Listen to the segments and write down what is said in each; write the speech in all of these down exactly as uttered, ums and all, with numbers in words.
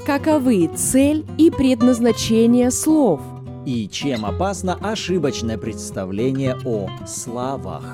Каковы цель и предназначение слов? И чем опасно ошибочное представление о словах?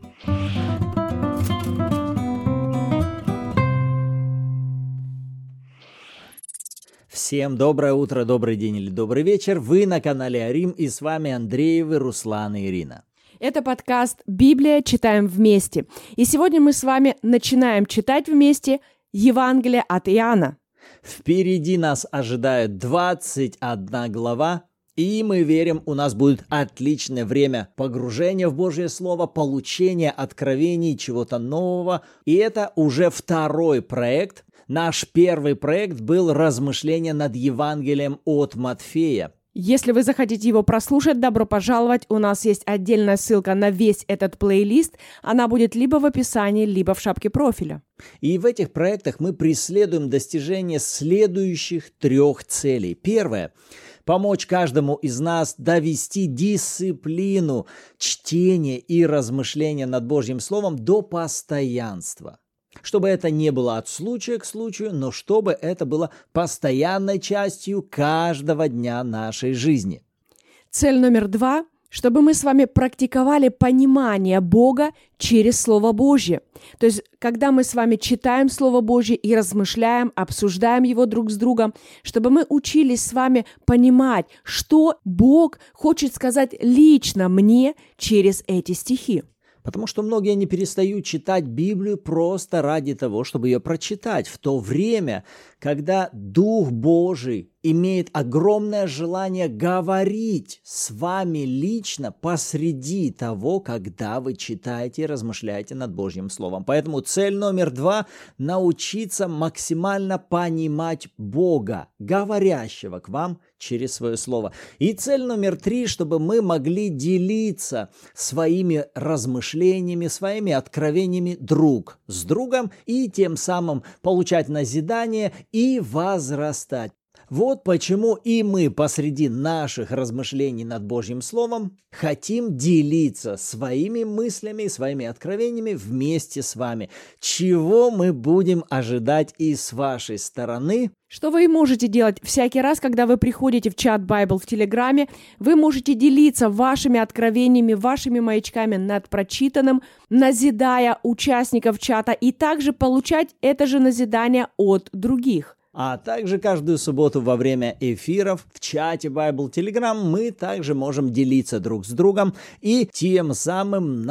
Всем доброе утро, добрый день или добрый вечер. Вы на канале Арим, и с вами Андреевы, Руслан и Ирина. Это подкаст «Библия. Читаем вместе». И сегодня мы с вами начинаем читать вместе Евангелие от Иоанна. Впереди нас ожидает двадцать одна глава, и мы верим, у нас будет отличное время погружения в Божье Слово, получения откровений, чего-то нового. И это уже второй проект. Наш первый проект был размышление над Евангелием от Матфея. Если вы захотите его прослушать, добро пожаловать. У нас есть отдельная ссылка на весь этот плейлист. Она будет либо в описании, либо в шапке профиля. И в этих проектах мы преследуем достижение следующих трех целей. Первое – помочь каждому из нас довести дисциплину чтения и размышления над Божьим Словом до постоянства. Чтобы это не было от случая к случаю, но чтобы это было постоянной частью каждого дня нашей жизни. Цель номер два – чтобы мы с вами практиковали понимание Бога через Слово Божье. То есть, когда мы с вами читаем Слово Божье и размышляем, обсуждаем его друг с другом, чтобы мы учились с вами понимать, что Бог хочет сказать лично мне через эти стихи. Потому что многие не перестают читать Библию просто ради того, чтобы ее прочитать, в то время, когда Дух Божий имеет огромное желание говорить с вами лично посреди того, когда вы читаете и размышляете над Божьим Словом. Поэтому цель номер два – научиться максимально понимать Бога, говорящего к вам через свое Слово. И цель номер три – чтобы мы могли делиться своими размышлениями, своими откровениями друг с другом и тем самым получать назидание и возрастать. Вот почему и мы посреди наших размышлений над Божьим Словом хотим делиться своими мыслями, своими откровениями вместе с вами. Чего мы будем ожидать и с вашей стороны? Что вы можете делать всякий раз, когда вы приходите в чат Bible в Телеграме, вы можете делиться вашими откровениями, вашими маячками над прочитанным, назидая участников чата, и также получать это же назидание от других. А также каждую субботу во время эфиров в чате Bible Telegram мы также можем делиться друг с другом и тем самым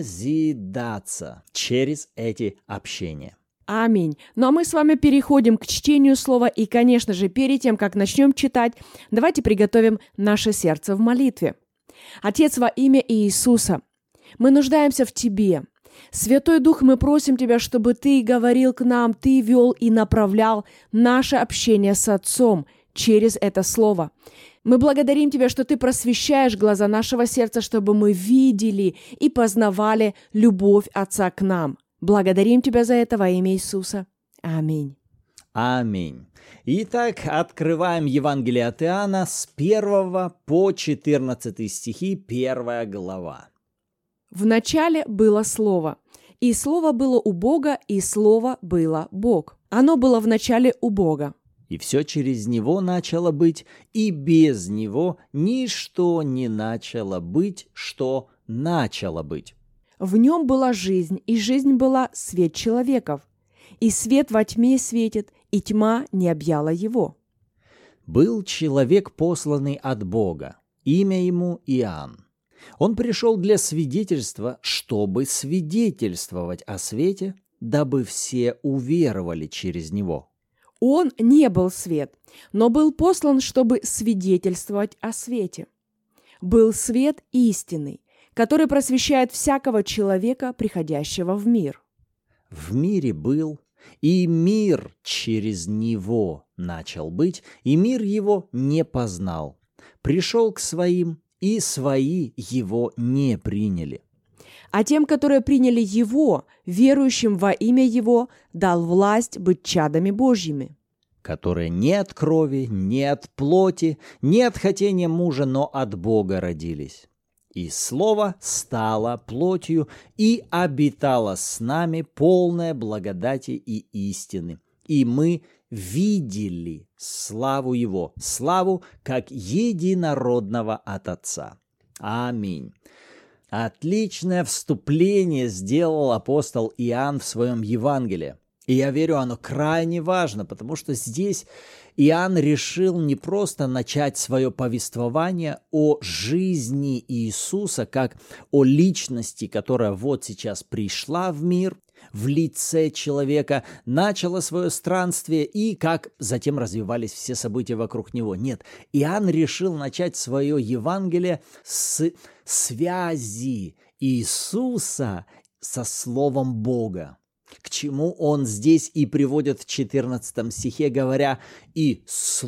назидаться через эти общения. Аминь. Ну а мы с вами переходим к чтению слова. И, конечно же, перед тем, как начнем читать, давайте приготовим наше сердце в молитве. Отец, во имя Иисуса, мы нуждаемся в Тебе. Святой Дух, мы просим Тебя, чтобы Ты говорил к нам, Ты вел и направлял наше общение с Отцом через это Слово. Мы благодарим Тебя, что Ты просвещаешь глаза нашего сердца, чтобы мы видели и познавали любовь Отца к нам. Благодарим Тебя за это во имя Иисуса. Аминь. Аминь. Итак, открываем Евангелие от Иоанна с первого по четырнадцатый стихи, первая глава. В начале было Слово, и Слово было у Бога, и Слово было Бог. Оно было в начале у Бога. И все через Него начало быть, и без Него ничто не начало быть, что начало быть. В Нем была жизнь, и жизнь была свет человеков. И свет во тьме светит, и тьма не объяла его. Был человек, посланный от Бога, имя ему Иоанн. Он пришел для свидетельства, чтобы свидетельствовать о свете, дабы все уверовали через него. Он не был свет, но был послан, чтобы свидетельствовать о свете. Был свет истинный, который просвещает всякого человека, приходящего в мир. В мире был, и мир через него начал быть, и мир его не познал. Пришел к своим, и свои его не приняли. А тем, которые приняли его, верующим во имя его, дал власть быть чадами Божьими. Которые не от крови, не от плоти, не от хотения мужа, но от Бога родились. И Слово стало плотью и обитало с нами, полное благодати и истины. И мы видели славу Его, славу как единородного от Отца. Аминь. Отличное вступление сделал апостол Иоанн в своем Евангелии. И я верю, оно крайне важно, потому что здесь Иоанн решил не просто начать свое повествование о жизни Иисуса, как о личности, которая вот сейчас пришла в мир, в лице человека, начала свое странствие и как затем развивались все события вокруг него. Нет, Иоанн решил начать свое Евангелие с связи Иисуса со Словом Бога. К чему он здесь и приводит в четырнадцатом стихе, говоря: «И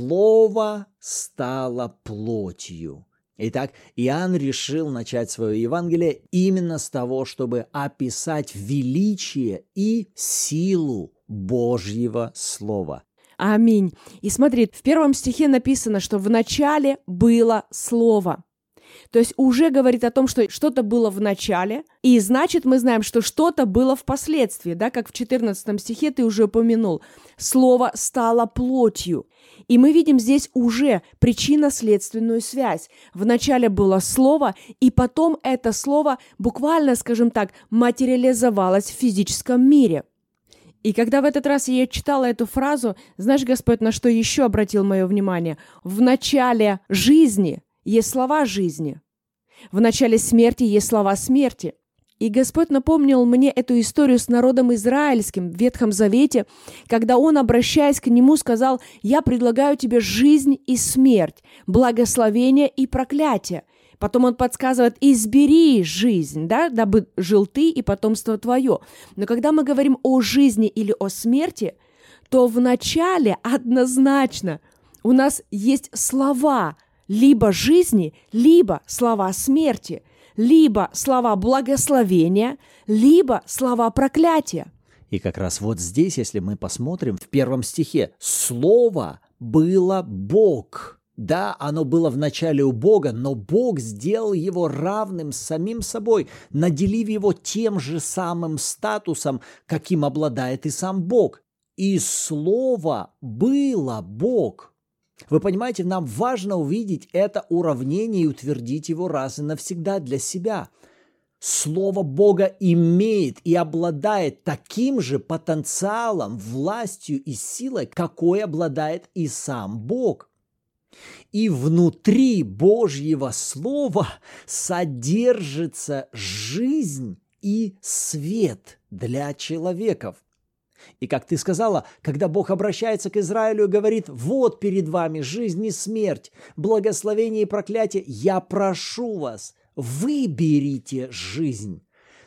Слово стало плотью». Итак, Иоанн решил начать свое Евангелие именно с того, чтобы описать величие и силу Божьего Слова. Аминь. И смотри, в первом стихе написано, что в начале было Слово. То есть уже говорит о том, что что-то было в начале, и значит, мы знаем, что что-то было впоследствии, да, как в четырнадцатом стихе ты уже упомянул. Слово стало плотью. И мы видим здесь уже причинно-следственную связь. Вначале было Слово, и потом это Слово буквально, скажем так, материализовалось в физическом мире. И когда в этот раз я читала эту фразу, знаешь, Господь, на что еще обратил мое внимание? В начале жизни есть слова жизни. В начале смерти есть слова смерти. И Господь напомнил мне эту историю с народом израильским в Ветхом Завете, когда Он, обращаясь к Нему, сказал: «Я предлагаю тебе жизнь и смерть, благословение и проклятие». Потом Он подсказывает: «Избери жизнь, да, дабы жил ты и потомство твое». Но когда мы говорим о жизни или о смерти, то в начале однозначно у нас есть слова либо жизни, либо слова смерти, либо слова благословения, либо слова проклятия. И как раз вот здесь, если мы посмотрим в первом стихе, «Слово было Бог». Да, оно было в начале у Бога, но Бог сделал его равным с самим собой, наделив его тем же самым статусом, каким обладает и сам Бог. И Слово было Бог. Вы понимаете, нам важно увидеть это уравнение и утвердить его раз и навсегда для себя. Слово Бога имеет и обладает таким же потенциалом, властью и силой, какой обладает и сам Бог. И внутри Божьего Слова содержится жизнь и свет для человеков. И как ты сказала, когда Бог обращается к Израилю и говорит: «Вот перед вами жизнь и смерть, благословение и проклятие, я прошу вас, выберите жизнь».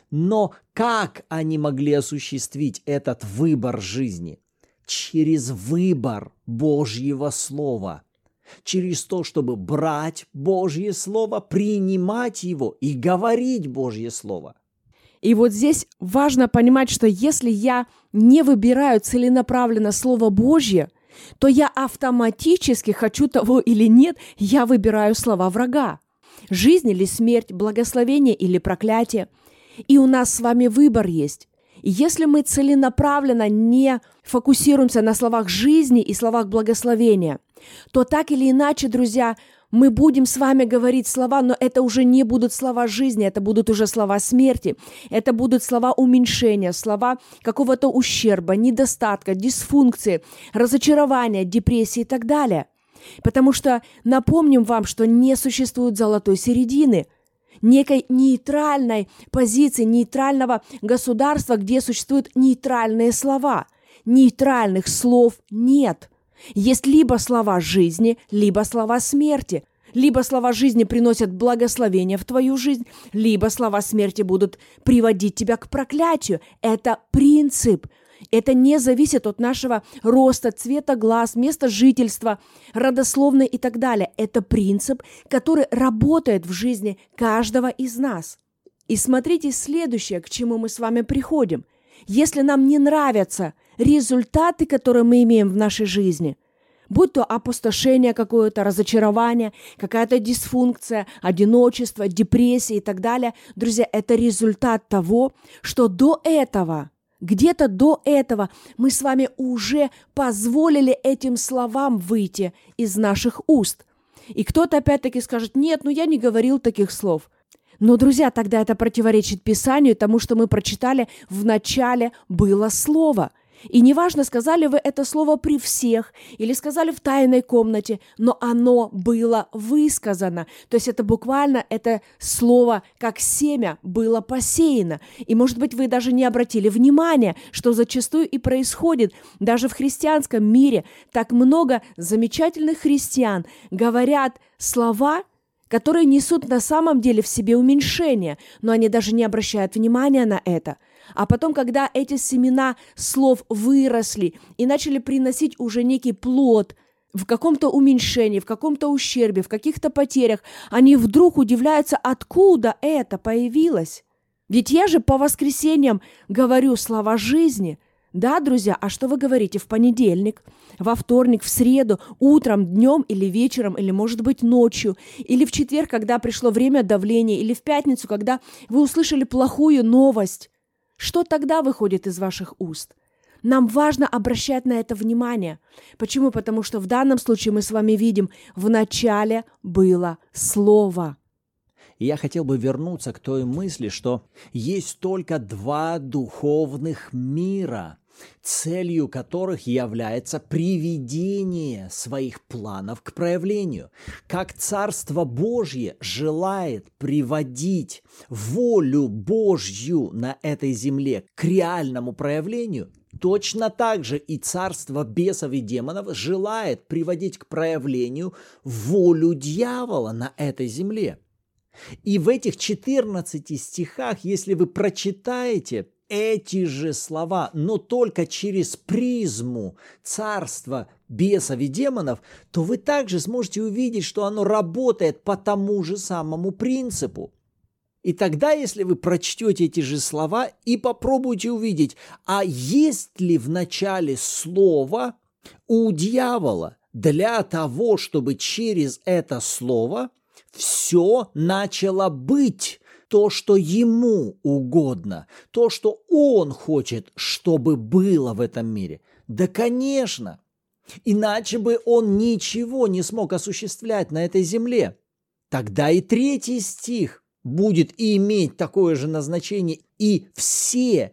Но как они могли осуществить этот выбор жизни? Через выбор Божьего Слова. Через то, чтобы брать Божье Слово, принимать его и говорить Божье Слово. И вот здесь важно понимать, что если я не выбираю целенаправленно Слово Божье, то я автоматически, хочу того или нет, я выбираю слова врага. Жизнь или смерть, благословение или проклятие. И у нас с вами выбор есть. И если мы целенаправленно не фокусируемся на словах жизни и словах благословения, то так или иначе, друзья, мы будем с вами говорить слова, но это уже не будут слова жизни, это будут уже слова смерти, это будут слова уменьшения, слова какого-то ущерба, недостатка, дисфункции, разочарования, депрессии и так далее. Потому что напомним вам, что не существует золотой середины, некой нейтральной позиции, нейтрального государства, где существуют нейтральные слова. Нейтральных слов нет. Есть либо слова жизни, либо слова смерти. Либо слова жизни приносят благословение в твою жизнь, либо слова смерти будут приводить тебя к проклятию. Это принцип. Это не зависит от нашего роста, цвета глаз, места жительства, родословной и так далее. Это принцип, который работает в жизни каждого из нас. И смотрите следующее, к чему мы с вами приходим. Если нам не нравятся результаты, которые мы имеем в нашей жизни, будь то опустошение какое-то, разочарование, какая-то дисфункция, одиночество, депрессия и так далее, друзья, это результат того, что до этого Где-то до этого мы с вами уже позволили этим словам выйти из наших уст. И кто-то опять-таки скажет: нет, ну я не говорил таких слов. Но, друзья, тогда это противоречит Писанию, тому, что мы прочитали: в начале было Слово. И неважно, сказали вы это слово при всех или сказали в тайной комнате, но оно было высказано. То есть это буквально это слово, как семя, было посеяно. И, может быть, вы даже не обратили внимания, что зачастую и происходит даже в христианском мире. Так много замечательных христиан говорят слова, которые несут на самом деле в себе уменьшение, но они даже не обращают внимания на это. А потом, когда эти семена слов выросли и начали приносить уже некий плод в каком-то уменьшении, в каком-то ущербе, в каких-то потерях, они вдруг удивляются, откуда это появилось. Ведь я же по воскресеньям говорю слова жизни. Да, друзья, а что вы говорите в понедельник, во вторник, в среду, утром, днем или вечером, или, может быть, ночью, или в четверг, когда пришло время давления, или в пятницу, когда вы услышали плохую новость? Что тогда выходит из ваших уст? Нам важно обращать на это внимание. Почему? Потому что в данном случае мы с вами видим, в начале было Слово. И я хотел бы вернуться к той мысли, что есть только два духовных мира, целью которых является приведение своих планов к проявлению. Как Царство Божье желает приводить волю Божью на этой земле к реальному проявлению, точно так же и царство бесов и демонов желает приводить к проявлению волю дьявола на этой земле. И в этих четырнадцати стихах, если вы прочитаете эти же слова, но только через призму царства бесов и демонов, то вы также сможете увидеть, что оно работает по тому же самому принципу. И тогда, если вы прочтете эти же слова и попробуйте увидеть, а есть ли в начале слово у дьявола для того, чтобы через это слово все начало быть, то, что ему угодно, то, что он хочет, чтобы было в этом мире. Да, конечно, иначе бы он ничего не смог осуществлять на этой земле. Тогда и третий стих будет иметь такое же назначение, и все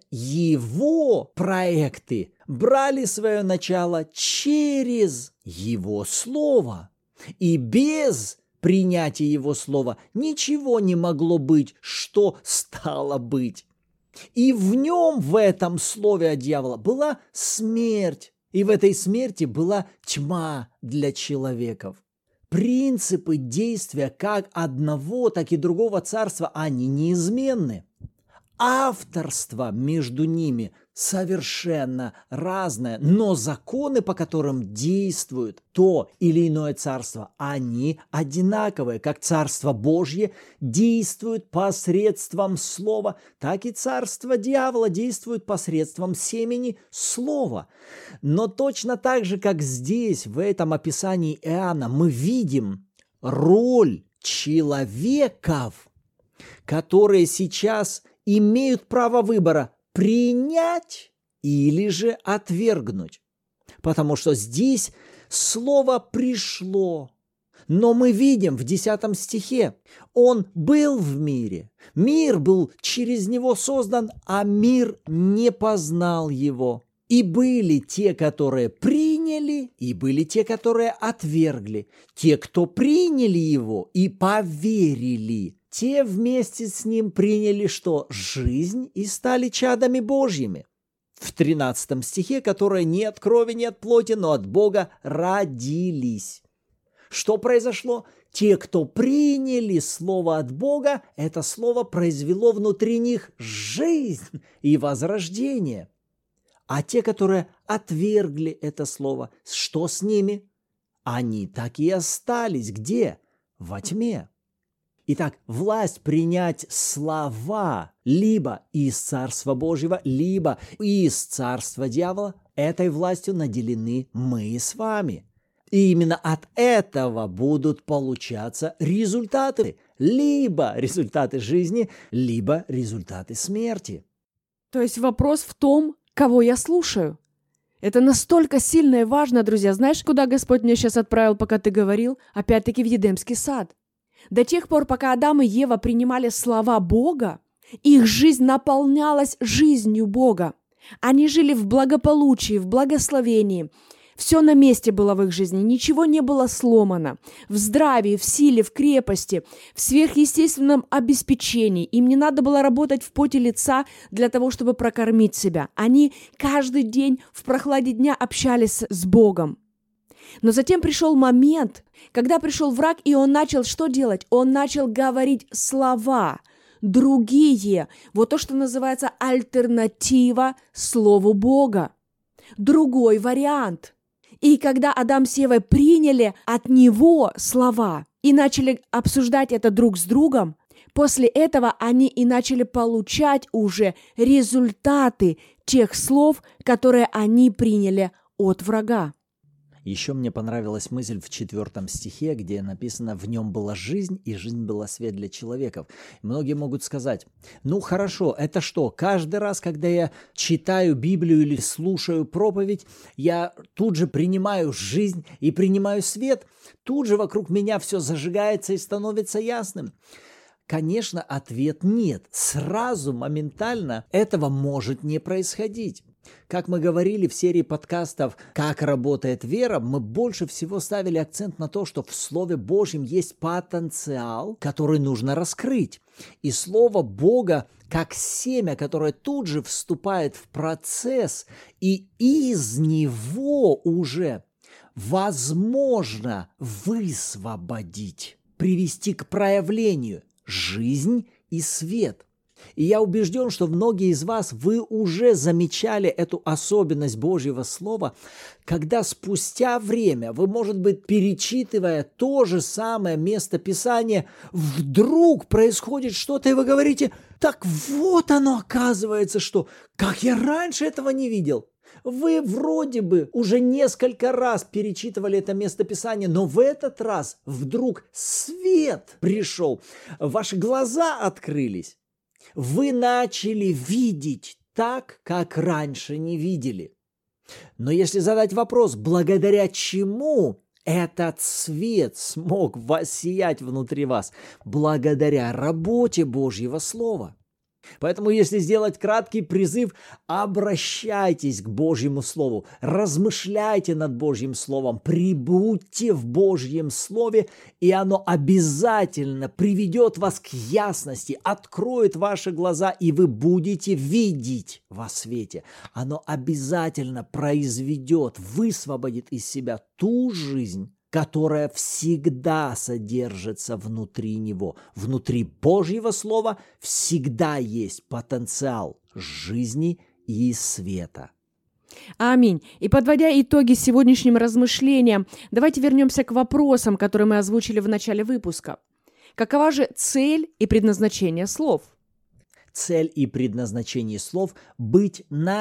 его проекты брали свое начало через его слово, и без принятия его слова ничего не могло быть, что стало быть. И в нем, в этом слове от дьявола, была смерть, и в этой смерти была тьма для человеков. Принципы действия как одного, так и другого царства, они неизменны. Авторство между ними совершенно разное, но законы, по которым действует то или иное царство, они одинаковые. Как Царство Божье действует посредством слова, так и царство дьявола действует посредством семени слова. Но точно так же, как здесь, в этом описании Иоанна, мы видим роль человеков, которые сейчас имеют право выбора принять или же отвергнуть. Потому что здесь слово пришло. Но мы видим в десятом стихе, он был в мире, мир был через него создан, а мир не познал его. И были те, которые приняли, и были те, которые отвергли. Те, кто приняли его и поверили, те вместе с ним приняли что? Жизнь и стали чадами Божьими. В тринадцатом стихе, которые не от крови, не от плоти, но от Бога родились. Что произошло? Те, кто приняли слово от Бога, это слово произвело внутри них жизнь и возрождение. А те, которые отвергли это слово, что с ними? Они так и остались. Где? Во тьме. Итак, власть принять слова либо из Царства Божьего, либо из Царства дьявола, этой властью наделены мы с вами. И именно от этого будут получаться результаты. Либо результаты жизни, либо результаты смерти. То есть вопрос в том, кого я слушаю. Это настолько сильно и важно, друзья. Знаешь, куда Господь меня сейчас отправил, пока ты говорил? Опять-таки в Едемский сад. До тех пор, пока Адам и Ева принимали слова Бога, их жизнь наполнялась жизнью Бога. Они жили в благополучии, в благословении. Все на месте было в их жизни, ничего не было сломано. В здравии, в силе, в крепости, в сверхъестественном обеспечении. Им не надо было работать в поте лица для того, чтобы прокормить себя. Они каждый день в прохладе дня общались с Богом. Но затем пришел момент, когда пришел враг, и он начал что делать? Он начал говорить слова, другие, вот то, что называется альтернатива Слову Бога. Другой вариант. И когда Адам с Евой приняли от него слова и начали обсуждать это друг с другом, после этого они и начали получать уже результаты тех слов, которые они приняли от врага. Еще мне понравилась мысль в четвертом стихе, где написано: «В нем была жизнь, и жизнь была свет для человеков». Многие могут сказать: ну хорошо, это что, каждый раз, когда я читаю Библию или слушаю проповедь, я тут же принимаю жизнь и принимаю свет? Тут же вокруг меня все зажигается и становится ясным? Конечно, ответ нет. Сразу, моментально этого может не происходить. Как мы говорили в серии подкастов «Как работает вера», мы больше всего ставили акцент на то, что в Слове Божьем есть потенциал, который нужно раскрыть. И Слово Бога как семя, которое тут же вступает в процесс, и из него уже возможно высвободить, привести к проявлению жизнь и свет. И я убежден, что многие из вас, вы уже замечали эту особенность Божьего Слова, когда спустя время вы, может быть, перечитывая то же самое место Писания, вдруг происходит что-то, и вы говорите: так вот оно оказывается, что как я раньше этого не видел. Вы вроде бы уже несколько раз перечитывали это местописание, но в этот раз вдруг свет пришел, ваши глаза открылись. Вы начали видеть так, как раньше не видели. Но если задать вопрос, благодаря чему этот свет смог воссиять внутри вас? Благодаря работе Божьего Слова. Поэтому, если сделать краткий призыв, обращайтесь к Божьему Слову, размышляйте над Божьим Словом, прибудьте в Божьем Слове, и оно обязательно приведет вас к ясности, откроет ваши глаза, и вы будете видеть во свете. Оно обязательно произведет, высвободит из себя ту жизнь, которая всегда содержится внутри него. Внутри Божьего Слова всегда есть потенциал жизни и света. Аминь. И подводя итоги сегодняшним размышлениям, давайте вернемся к вопросам, которые мы озвучили в начале выпуска. Какова же цель и предназначение слов? Цель и предназначение слов – быть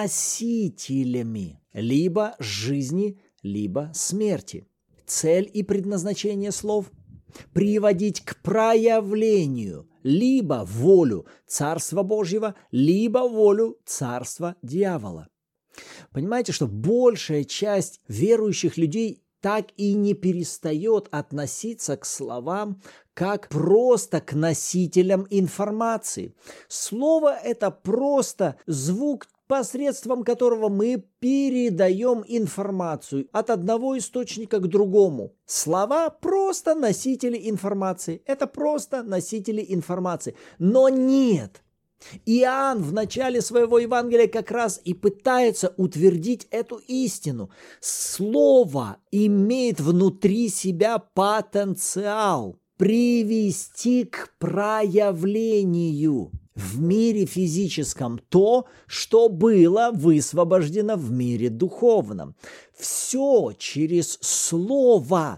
носителями либо жизни, либо смерти. Цель и предназначение слов – приводить к проявлению либо волю Царства Божьего, либо волю Царства дьявола. Понимаете, что большая часть верующих людей так и не перестает относиться к словам как просто к носителям информации. Слово – это просто звук, посредством которого мы передаем информацию от одного источника к другому. Слова – просто носители информации. Это просто носители информации. Но нет. Иоанн в начале своего Евангелия как раз и пытается утвердить эту истину. Слово имеет внутри себя потенциал привести к проявлению в мире физическом то, что было высвобождено в мире духовном. Все через слово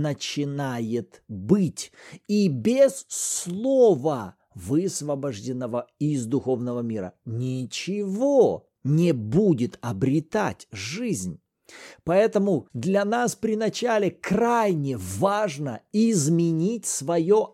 начинает быть. И без слова, высвобожденного из духовного мира, ничего не будет обретать жизнь. Поэтому для нас при начале крайне важно изменить свое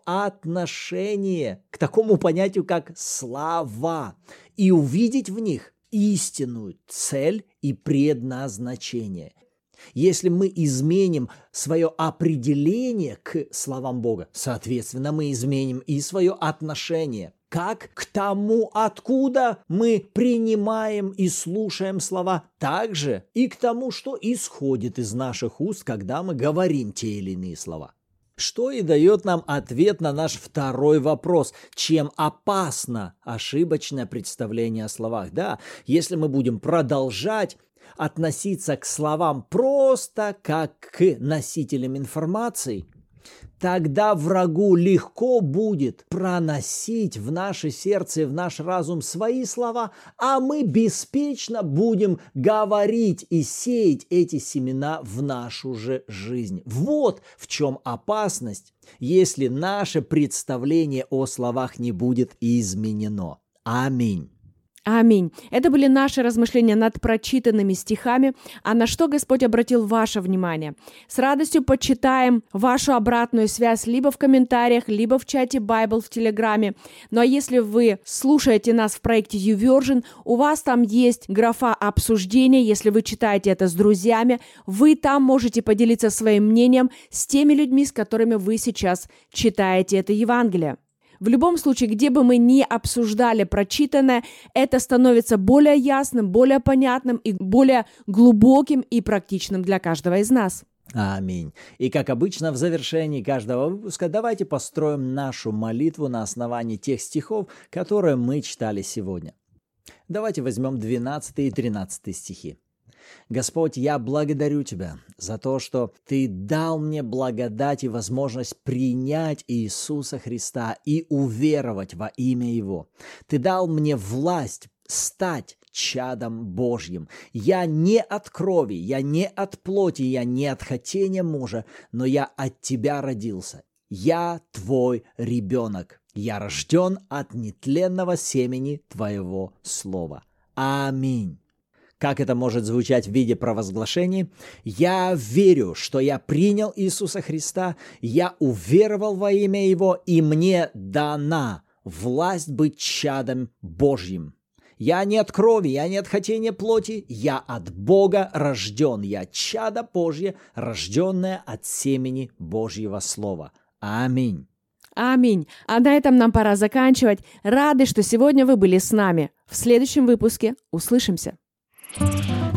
отношение к такому понятию, как слова, и увидеть в них истинную цель и предназначение. Если мы изменим свое определение к словам Бога, соответственно, мы изменим и свое отношение как к тому, откуда мы принимаем и слушаем слова, так же и к тому, что исходит из наших уст, когда мы говорим те или иные слова. Что и дает нам ответ на наш второй вопрос. Чем опасно ошибочное представление о словах? Да, если мы будем продолжать относиться к словам просто как к носителям информации, тогда врагу легко будет проносить в наше сердце и в наш разум свои слова, а мы беспечно будем говорить и сеять эти семена в нашу же жизнь. Вот в чем опасность, если наше представление о словах не будет изменено. Аминь. Аминь. Это были наши размышления над прочитанными стихами. А на что Господь обратил ваше внимание? С радостью почитаем вашу обратную связь либо в комментариях, либо в чате Bible в Телеграме. Ну а если вы слушаете нас в проекте YouVersion, у вас там есть графа обсуждения. Если вы читаете это с друзьями, вы там можете поделиться своим мнением с теми людьми, с которыми вы сейчас читаете это Евангелие. В любом случае, где бы мы ни обсуждали прочитанное, это становится более ясным, более понятным и более глубоким и практичным для каждого из нас. Аминь. И как обычно в завершении каждого выпуска давайте построим нашу молитву на основании тех стихов, которые мы читали сегодня. Давайте возьмем двенадцатый и тринадцатый стихи. Господь, я благодарю Тебя за то, что Ты дал мне благодать и возможность принять Иисуса Христа и уверовать во имя Его. Ты дал мне власть стать чадом Божьим. Я не от крови, я не от плоти, я не от хотения мужа, но я от Тебя родился. Я Твой ребенок. Я рожден от нетленного семени Твоего слова. Аминь. Как это может звучать в виде провозглашений? Я верю, что я принял Иисуса Христа, я уверовал во имя Его, и мне дана власть быть чадом Божьим. Я не от крови, я не от хотения плоти, я от Бога рожден, я чадо Божье, рожденное от семени Божьего Слова. Аминь. Аминь. А на этом нам пора заканчивать. Рады, что сегодня вы были с нами. В следующем выпуске услышимся. Thank you.